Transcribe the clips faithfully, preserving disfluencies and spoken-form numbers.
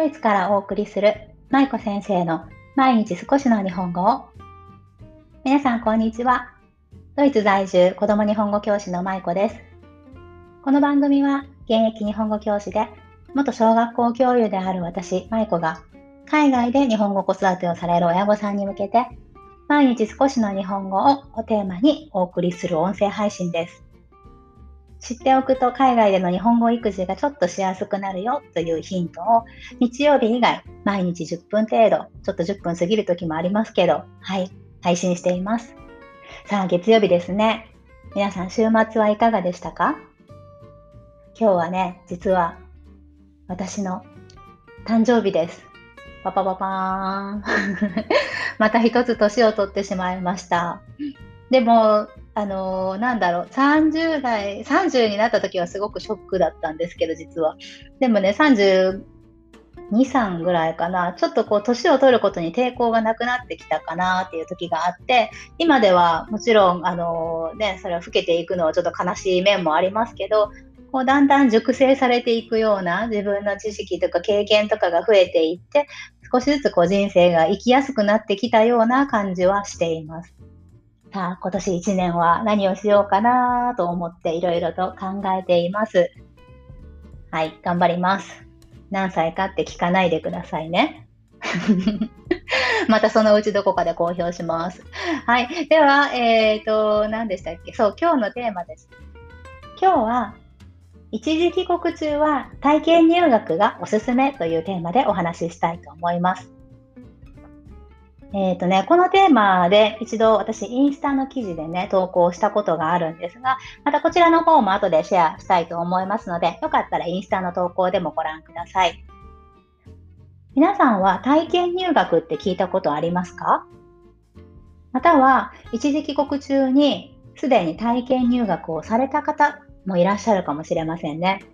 イツからお送りする舞子先生の毎日少しの日本語を。皆さんこんにちは。ドイツ在住子ども日本語教師の舞子です。この番組は現役日本語教師で元小学校教諭である私舞子が海外で日本語子育てをされる親御さんに向けて毎日少しの日本語ををテーマにお送りする音声配信です。知っておくと海外での日本語育児がちょっとしやすくなるよというヒントを日曜日以外毎日じゅっぷん程度、ちょっとじゅっぷん過ぎる時もありますけど、はい、配信しています。さあ月曜日ですね。皆さん週末はいかがでしたか？今日はね、実は私の誕生日です。パパパパーンまた一つ年を取ってしまいました。でもあのー、なんだろうさんじゅう代さんじゅうになった時はすごくショックだったんですけど、実はでもねさんじゅうに、さんぐらいかな、ちょっとこう年を取ることに抵抗がなくなってきたかなっていう時があって、今ではもちろんあのー、ねそれは老けていくのはちょっと悲しい面もありますけど、こうだんだん熟成されていくような自分の知識とか経験とかが増えていって、少しずつこう人生が生きやすくなってきたような感じはしています。さあ今年いちねんは何をしようかなと思っていろいろと考えています。はい、頑張ります。何歳かって聞かないでくださいね。またそのうちどこかで公表します。はい、では、えーと、何でしたっけ？そう、今日のテーマです。今日は一時帰国中は体験入学がおすすめというテーマでお話ししたいと思います。えーとね、このテーマで一度私インスタの記事でね投稿したことがあるんですが、またこちらの方も後でシェアしたいと思いますので、よかったらインスタの投稿でもご覧ください。皆さんは体験入学って聞いたことありますか？または一時帰国中にすでに体験入学をされた方もいらっしゃるかもしれませんね。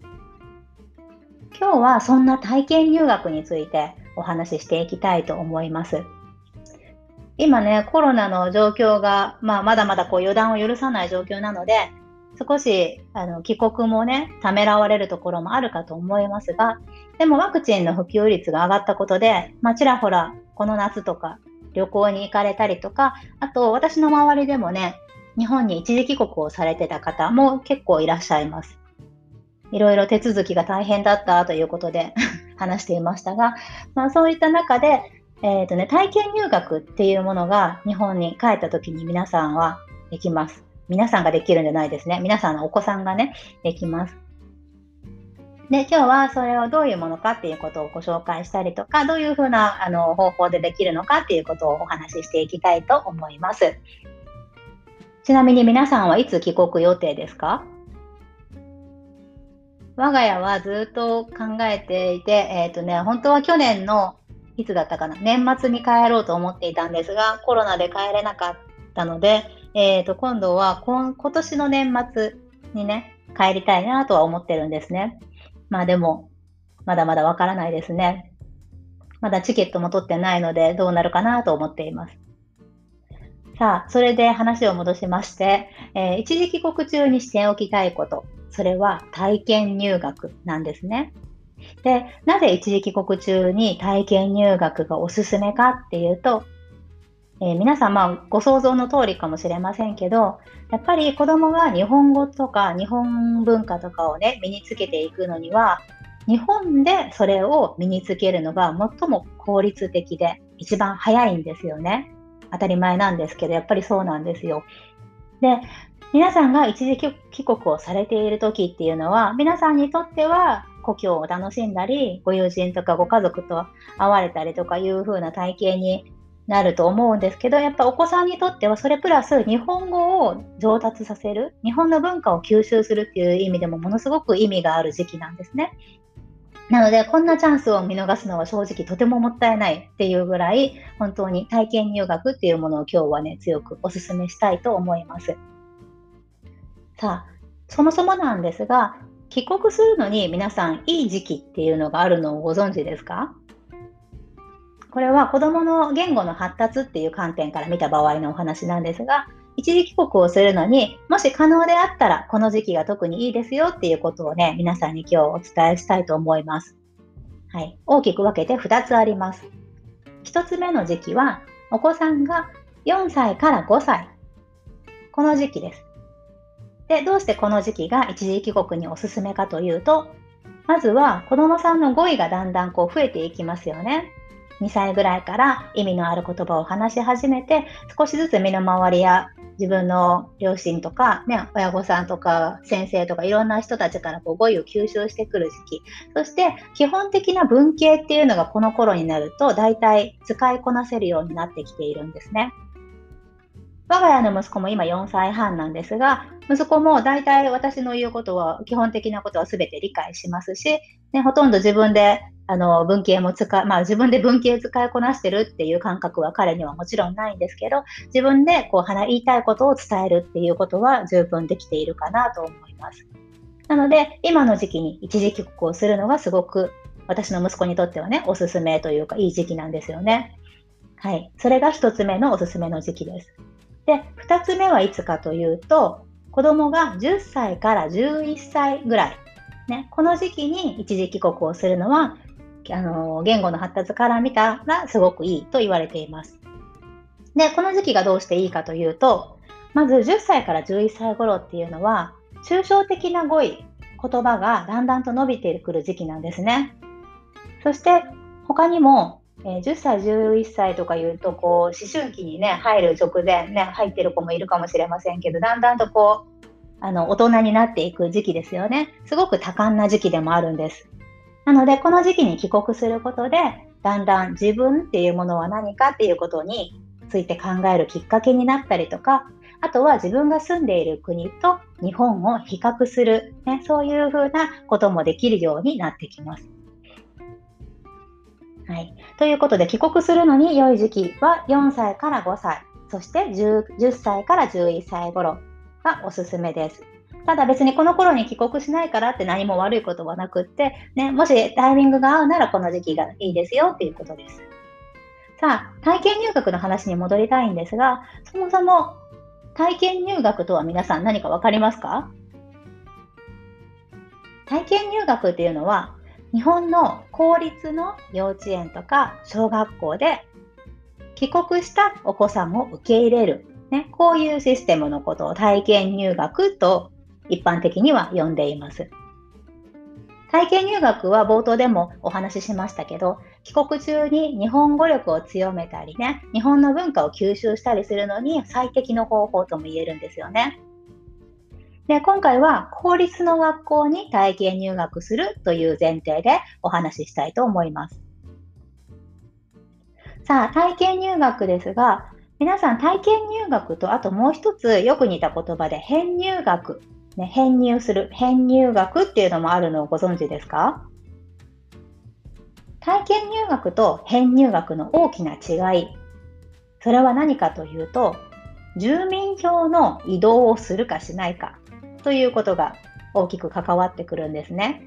今日はそんな体験入学についてお話ししていきたいと思います。今ね、コロナの状況が、まあ、まだまだこう予断を許さない状況なので、少しあの帰国もね、ためらわれるところもあるかと思いますが、でもワクチンの普及率が上がったことで、まあ、ちらほらこの夏とか旅行に行かれたりとか、あと私の周りでもね、日本に一時帰国をされてた方も結構いらっしゃいます。いろいろ手続きが大変だったということで話していましたが、まあ、そういった中でえーとね、体験入学っていうものが日本に帰った時に皆さんはできます。皆さんができるんじゃないですね。皆さんのお子さんがね、できます。で、今日はそれをどういうものかっていうことをご紹介したりとか、どういうふうなあの方法でできるのかっていうことをお話ししていきたいと思います。ちなみに皆さんはいつ帰国予定ですか？我が家はずっと考えていて、えーとね、本当は去年のいつだったかな、年末に帰ろうと思っていたんですが、コロナで帰れなかったので、えーと、今度は今、今年の年末にね、帰りたいなとは思ってるんですね。まあでも、まだまだわからないですね。まだチケットも取ってないので、どうなるかなと思っています。さあ、それで話を戻しまして、えー、一時帰国中にしておきたいこと、それは体験入学なんですね。で、なぜ一時帰国中に体験入学がおすすめかっていうと、えー、皆さんまあご想像の通りかもしれませんけど、やっぱり子供が日本語とか日本文化とかをね身につけていくのには、日本でそれを身につけるのが最も効率的で一番早いんですよね。当たり前なんですけど、やっぱりそうなんですよ。で、皆さんが一時帰国をされている時っていうのは、皆さんにとっては故郷を楽しんだり、ご友人とかご家族と会われたりとかいう風な体験になると思うんですけど、やっぱお子さんにとってはそれプラス日本語を上達させる、日本の文化を吸収するっていう意味でもものすごく意味がある時期なんですね。なのでこんなチャンスを見逃すのは正直とてももったいないっていうぐらい、本当に体験入学っていうものを今日はね強くお勧めしたいと思います。さあ、そもそもなんですが、帰国するのに皆さんいい時期っていうのがあるのをご存知ですか？これは子どもの言語の発達っていう観点から見た場合のお話なんですが、一時帰国をするのにもし可能であったらこの時期が特にいいですよっていうことをね、皆さんに今日お伝えしたいと思います。 はい、大きく分けてふたつあります。ひとつめの時期はお子さんがよんさいからごさい、この時期です。で、どうしてこの時期が一時帰国におすすめかというと、まずは子どもさんの語彙がだんだんこう増えていきますよね。にさいぐらいから意味のある言葉を話し始めて、少しずつ身の回りや自分の両親とか、ね、親御さんとか先生とかいろんな人たちからこう語彙を吸収してくる時期、そして基本的な文系っていうのがこの頃になるとだいたい使いこなせるようになってきているんですね。我が家の息子も今よんさいはんなんですが、息子も大体私の言うことは、基本的なことは全て理解しますし、ね、ほとんど自分であの文系も使う、まあ自分で文系使いこなしてるっていう感覚は彼にはもちろんないんですけど、自分でこう言いたいことを伝えるっていうことは十分できているかなと思います。なので、今の時期に一時帰国をするのがすごく私の息子にとってはね、おすすめというかいい時期なんですよね。はい。それが一つ目のおすすめの時期です。で、二つ目はいつかというと、子供がじゅっさいからじゅういっさいぐらい、ね、この時期に一時帰国をするのは、あの言語の発達から見たらすごくいいと言われています。で、この時期がどうしていいかというと、まずじゅっさいからじゅういっさい頃っていうのは、抽象的な語彙、言葉がだんだんと伸びてくる時期なんですね。そして他にも、えー、じゅっさい、じゅういっさいとかいうとこう思春期にね入る直前ね入ってる子もいるかもしれませんけど、だんだんとこうあの大人になっていく時期ですよね。すごく多感な時期でもあるんです。なのでこの時期に帰国することで、だんだん自分っていうものは何かっていうことについて考えるきっかけになったりとか、あとは自分が住んでいる国と日本を比較する、ね、そういうふうなこともできるようになってきます。はい、ということで、帰国するのに良い時期はよんさいからごさい、そして 10, じゅっさいからじゅういっさい頃がおすすめです。ただ別にこの頃に帰国しないからって何も悪いことはなくって、ね、もしタイミングが合うならこの時期がいいですよっていうことです。さあ、体験入学の話に戻りたいんですが、そもそも体験入学とは皆さん何か分かりますか？体験入学っていうのは、日本の公立の幼稚園とか小学校で帰国したお子さんを受け入れる、ね、こういうシステムのことを体験入学と一般的には呼んでいます。体験入学は冒頭でもお話ししましたけど、帰国中に日本語力を強めたりね、日本の文化を吸収したりするのに最適の方法とも言えるんですよね。で、今回は公立の学校に体験入学するという前提でお話ししたいと思います。さあ、体験入学ですが、皆さん体験入学とあともう一つよく似た言葉で編入学、ね、編入する、編入学っていうのもあるのをご存知ですか？体験入学と編入学の大きな違い、それは何かというと、住民票の移動をするかしないかということが大きく関わってくるんですね。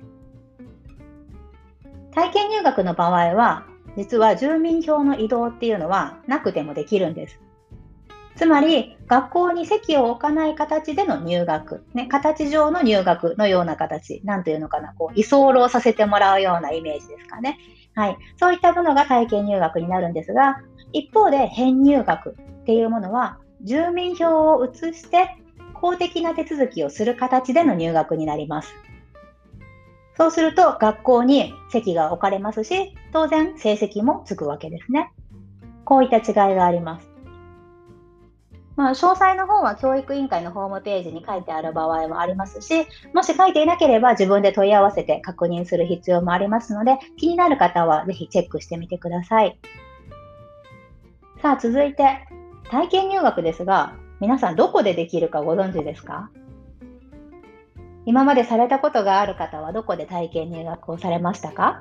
体験入学の場合は、実は住民票の移動っていうのはなくてもできるんです。つまり、学校に籍を置かない形での入学、ね、形上の入学のような形、なんていうのかな、こう居候させてもらうようなイメージですかね。はい、そういったものが体験入学になるんですが、一方で編入学っていうものは、住民票を移して公的な手続きをする形での入学になります。そうすると学校に籍が置かれますし、当然成績もつくわけですね。こういった違いがあります。まあ、詳細の方は教育委員会のホームページに書いてある場合もありますし、もし書いていなければ自分で問い合わせて確認する必要もありますので、気になる方はぜひチェックしてみてください。さあ、続いて体験入学ですが、皆さんどこでできるかご存知ですか？今までされたことがある方はどこで体験入学をされましたか？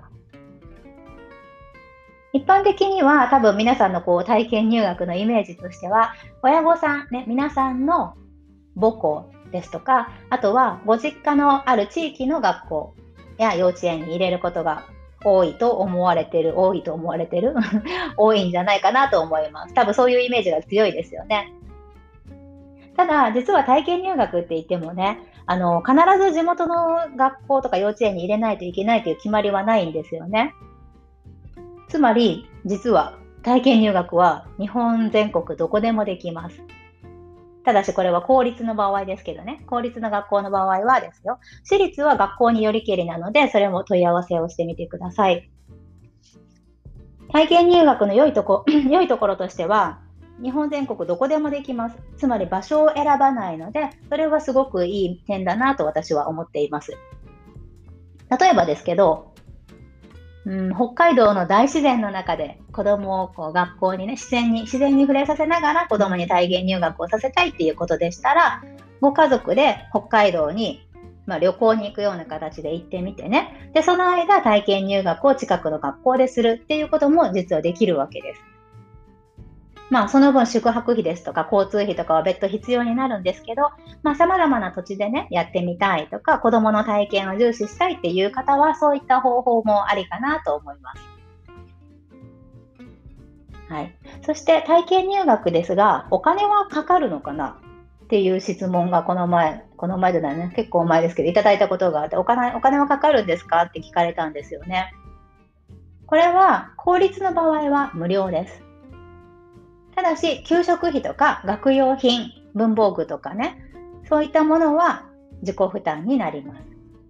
一般的には多分皆さんのこう体験入学のイメージとしては、親御さん、ね、皆さんの母校ですとか、あとはご実家のある地域の学校や幼稚園に入れることが多いと思われてる、多いと思われてる多いんじゃないかなと思います。多分そういうイメージが強いですよね。ただ、実は体験入学って言ってもね、あの必ず地元の学校とか幼稚園に入れないといけないという決まりはないんですよね。 つまり実は体験入学は日本全国どこでもできます。ただしこれは公立の場合ですけどね、公立の学校の場合はですよ、私立は学校によりけりなので、それも問い合わせをしてみてください。体験入学の良いとこ、良いところとしては、日本全国どこでもできます。つまり場所を選ばないので、それはすごくいい点だなと私は思っています。例えばですけど、うん、北海道の大自然の中で子供をこう学校にね、自然に、自然に触れさせながら子供に体験入学をさせたいっていうことでしたら、ご家族で北海道に、まあ、旅行に行くような形で行ってみてね。で、その間体験入学を近くの学校でするっていうことも実はできるわけです。まあ、その分宿泊費ですとか交通費とかは別途必要になるんですけど、まあ、様々な土地でね、やってみたいとか、子供の体験を重視したいっていう方は、そういった方法もありかなと思います。はい。そして体験入学ですが、お金はかかるのかなっていう質問がこの前、この前でだね、結構前ですけど、いただいたことがあって、お金、お金はかかるんですかって聞かれたんですよね。これは、公立の場合は無料です。ただし、給食費とか学用品、文房具とかね、そういったものは自己負担になります。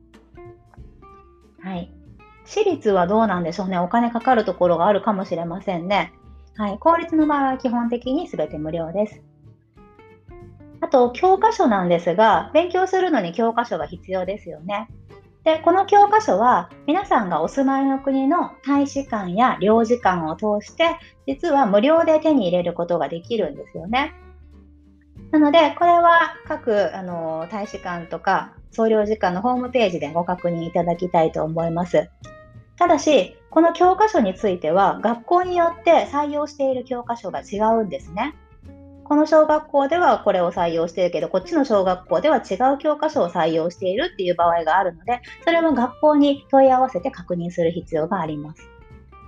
はい。私立はどうなんでしょうね。お金かかるところがあるかもしれませんね。はい。公立の場合は基本的に全て無料です。あと、教科書なんですが、勉強するのに教科書が必要ですよね。で、この教科書は皆さんがお住まいの国の大使館や領事館を通して実は無料で手に入れることができるんですよね。なのでこれは各あの大使館とか総領事館のホームページでご確認いただきたいと思います。ただしこの教科書については学校によって採用している教科書が違うんですね。この小学校ではこれを採用しているけど、こっちの小学校では違う教科書を採用しているっていう場合があるので、それは学校に問い合わせて確認する必要があります。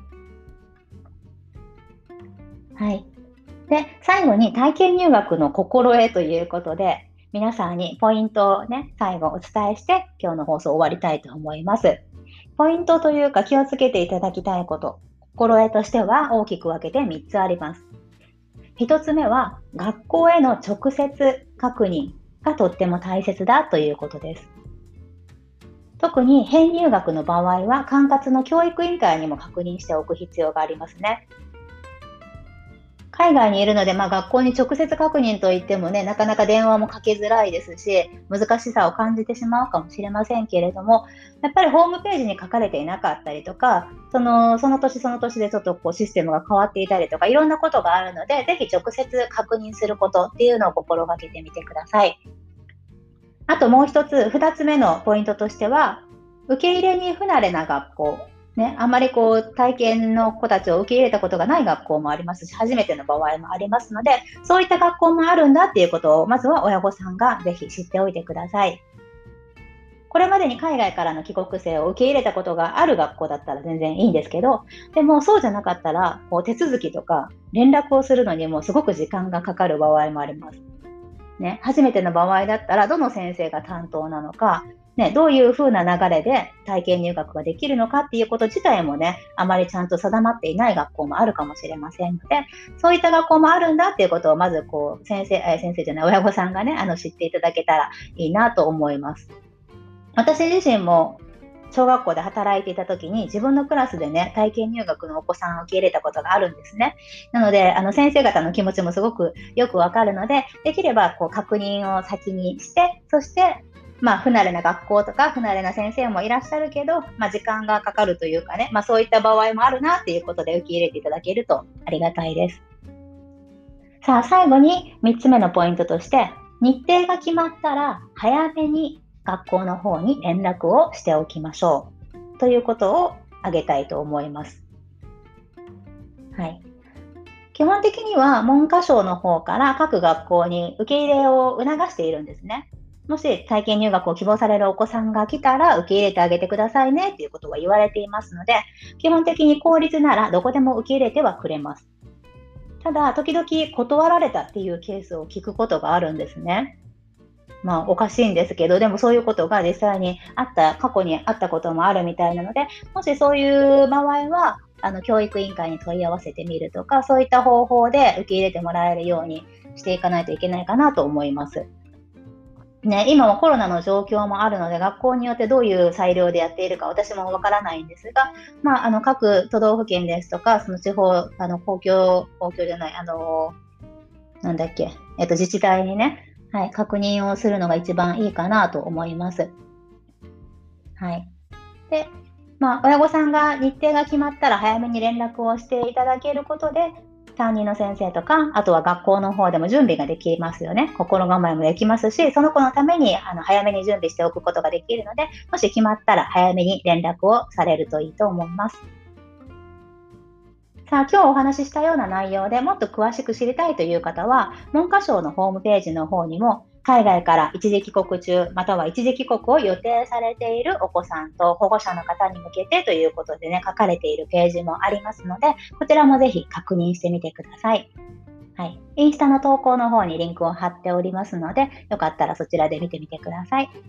はい。で、最後に体験入学の心得ということで、皆さんにポイントをね、最後お伝えして今日の放送を終わりたいと思います。ポイントというか気をつけていただきたいこと、心得としては大きく分けてみっつあります。一つ目は学校への直接確認がとっても大切だということです。特に編入学の場合は管轄の教育委員会にも確認しておく必要がありますね。海外にいるので、まあ、学校に直接確認といってもね、なかなか電話もかけづらいですし、難しさを感じてしまうかもしれませんけれども、やっぱりホームページに書かれていなかったりとか、その、その年その年でちょっとこうシステムが変わっていたりとか、いろんなことがあるので、ぜひ直接確認することっていうのを心がけてみてください。あともう一つ、二つ目のポイントとしては、受け入れに不慣れな学校。ね、あまりこう体験の子たちを受け入れたことがない学校もありますし、初めての場合もありますので、そういった学校もあるんだっていうことを、まずは親御さんがぜひ知っておいてください。これまでに海外からの帰国生を受け入れたことがある学校だったら全然いいんですけど、でもそうじゃなかったら、こう手続きとか連絡をするのにもすごく時間がかかる場合もあります。ね、初めての場合だったら、どの先生が担当なのか、ね、どういう風な流れで体験入学ができるのかっていうこと自体もね、あまりちゃんと定まっていない学校もあるかもしれませんので、そういった学校もあるんだっていうことをまずこう先生、え先生じゃない親御さんがね、あの知っていただけたらいいなと思います。私自身も小学校で働いていた時に自分のクラスでね、体験入学のお子さんを受け入れたことがあるんですね。なので、あの先生方の気持ちもすごくよくわかるので、できればこう確認を先にして、そしてまあ不慣れな学校とか不慣れな先生もいらっしゃるけど、まあ時間がかかるというかね、まあそういった場合もあるなっていうことで受け入れていただけるとありがたいです。さあ最後にみっつめのポイントとして、日程が決まったら早めに学校の方に連絡をしておきましょうということを挙げたいと思います。はい。基本的には文科省の方から各学校に受け入れを促しているんですね。もし体験入学を希望されるお子さんが来たら受け入れてあげてくださいねっていうことは言われていますので、基本的に公立ならどこでも受け入れてはくれます。ただ、時々断られたっていうケースを聞くことがあるんですね。まあおかしいんですけど、でもそういうことが実際にあった、過去にあったこともあるみたいなので、もしそういう場合はあの教育委員会に問い合わせてみるとか、そういった方法で受け入れてもらえるようにしていかないといけないかなと思います。ね、今はコロナの状況もあるので、学校によってどういう裁量でやっているか私もわからないんですが、まあ、あの各都道府県ですとか、その地方、あの公共、公共じゃない、あの、なんだっけ、えっと、自治体にね、はい、確認をするのが一番いいかなと思います。はい。で、まあ、親御さんが日程が決まったら早めに連絡をしていただけることで、担任の先生とか、あとは学校の方でも準備ができますよね。心構えもできますし、その子のためにあの早めに準備しておくことができるので、もし決まったら早めに連絡をされるといいと思います。さあ、今日お話ししたような内容でもっと詳しく知りたいという方は、文科省のホームページの方にも、海外から一時帰国中、または一時帰国を予定されているお子さんと保護者の方に向けてということでね、書かれているページもありますので、こちらもぜひ確認してみてください。はい。インスタの投稿の方にリンクを貼っておりますので、よかったらそちらで見てみてください。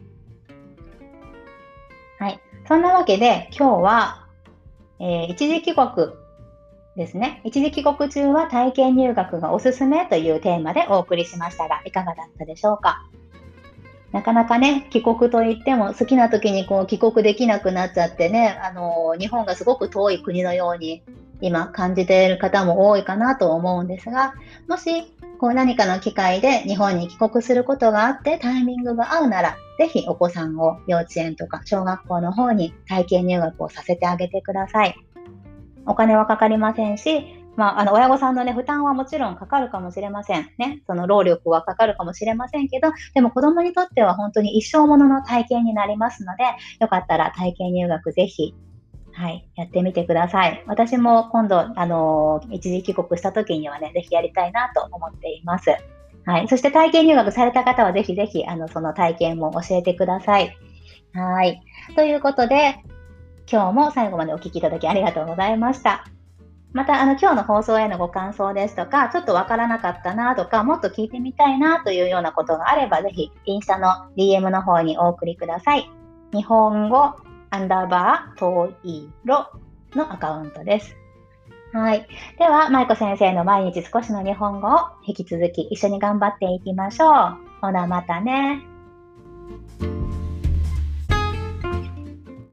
はい。そんなわけで、今日は、えー、一時帰国ですね。一時帰国中は体験入学がおすすめというテーマでお送りしましたが、いかがだったでしょうか。なかなかね、帰国といっても好きな時にこう帰国できなくなっちゃってね、あの日本がすごく遠い国のように今感じている方も多いかなと思うんですが、もしこう何かの機会で日本に帰国することがあってタイミングが合うなら、ぜひお子さんを幼稚園とか小学校の方に体験入学をさせてあげてください。お金はかかりませんし、まあ、あの親御さんの、ね、負担はもちろんかかるかもしれません、ね、その労力はかかるかもしれませんけど、でも子どもにとっては本当に一生ものの体験になりますので、よかったら体験入学ぜひ、はい、やってみてください。私も今度、あのー、一時帰国した時にはね、ぜひやりたいなと思っています。はい、そして体験入学された方はぜひぜひあのその体験も教えてください。はい、ということで、今日も最後までお聞きいただきありがとうございました。またあの今日の放送へのご感想ですとか、ちょっとわからなかったなとか、もっと聞いてみたいなというようなことがあれば、ぜひインスタの ディーエム の方にお送りください。日本語アンダーバートイロのアカウントです。はい。では、舞子先生の毎日少しの日本語を引き続き一緒に頑張っていきましょう。ほなまたね。